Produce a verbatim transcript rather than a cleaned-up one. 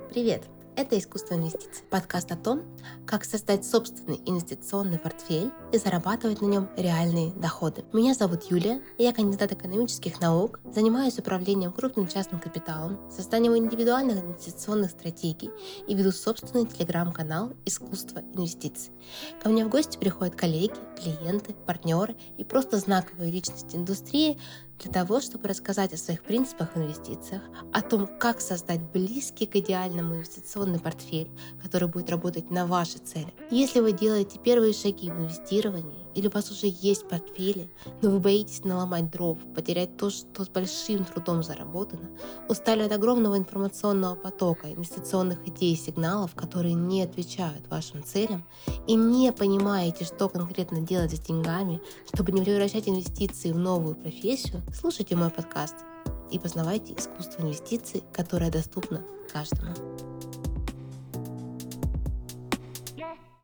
Привет! Это «Искусство инвестиций» – подкаст о том, как создать собственный инвестиционный портфель и зарабатывать на нем реальные доходы. Меня зовут Юлия, я кандидат экономических наук, занимаюсь управлением крупным частным капиталом, созданием индивидуальных инвестиционных стратегий и веду собственный телеграм-канал «Искусство инвестиций». Ко мне в гости приходят коллеги, клиенты, партнеры и просто знаковые личности индустрии для того, чтобы рассказать о своих принципах в инвестициях, о том, как создать близкий к идеальному инвестиционный портфель, который будет работать на ваши цели. Если вы делаете первые шаги в инвестировании, или у вас уже есть портфели, но вы боитесь наломать дров, потерять то, что с большим трудом заработано, устали от огромного информационного потока, инвестиционных идей и сигналов, которые не отвечают вашим целям, и не понимаете, что конкретно делать с деньгами, чтобы не превращать инвестиции в новую профессию, слушайте мой подкаст и познавайте искусство инвестиций, которое доступно каждому.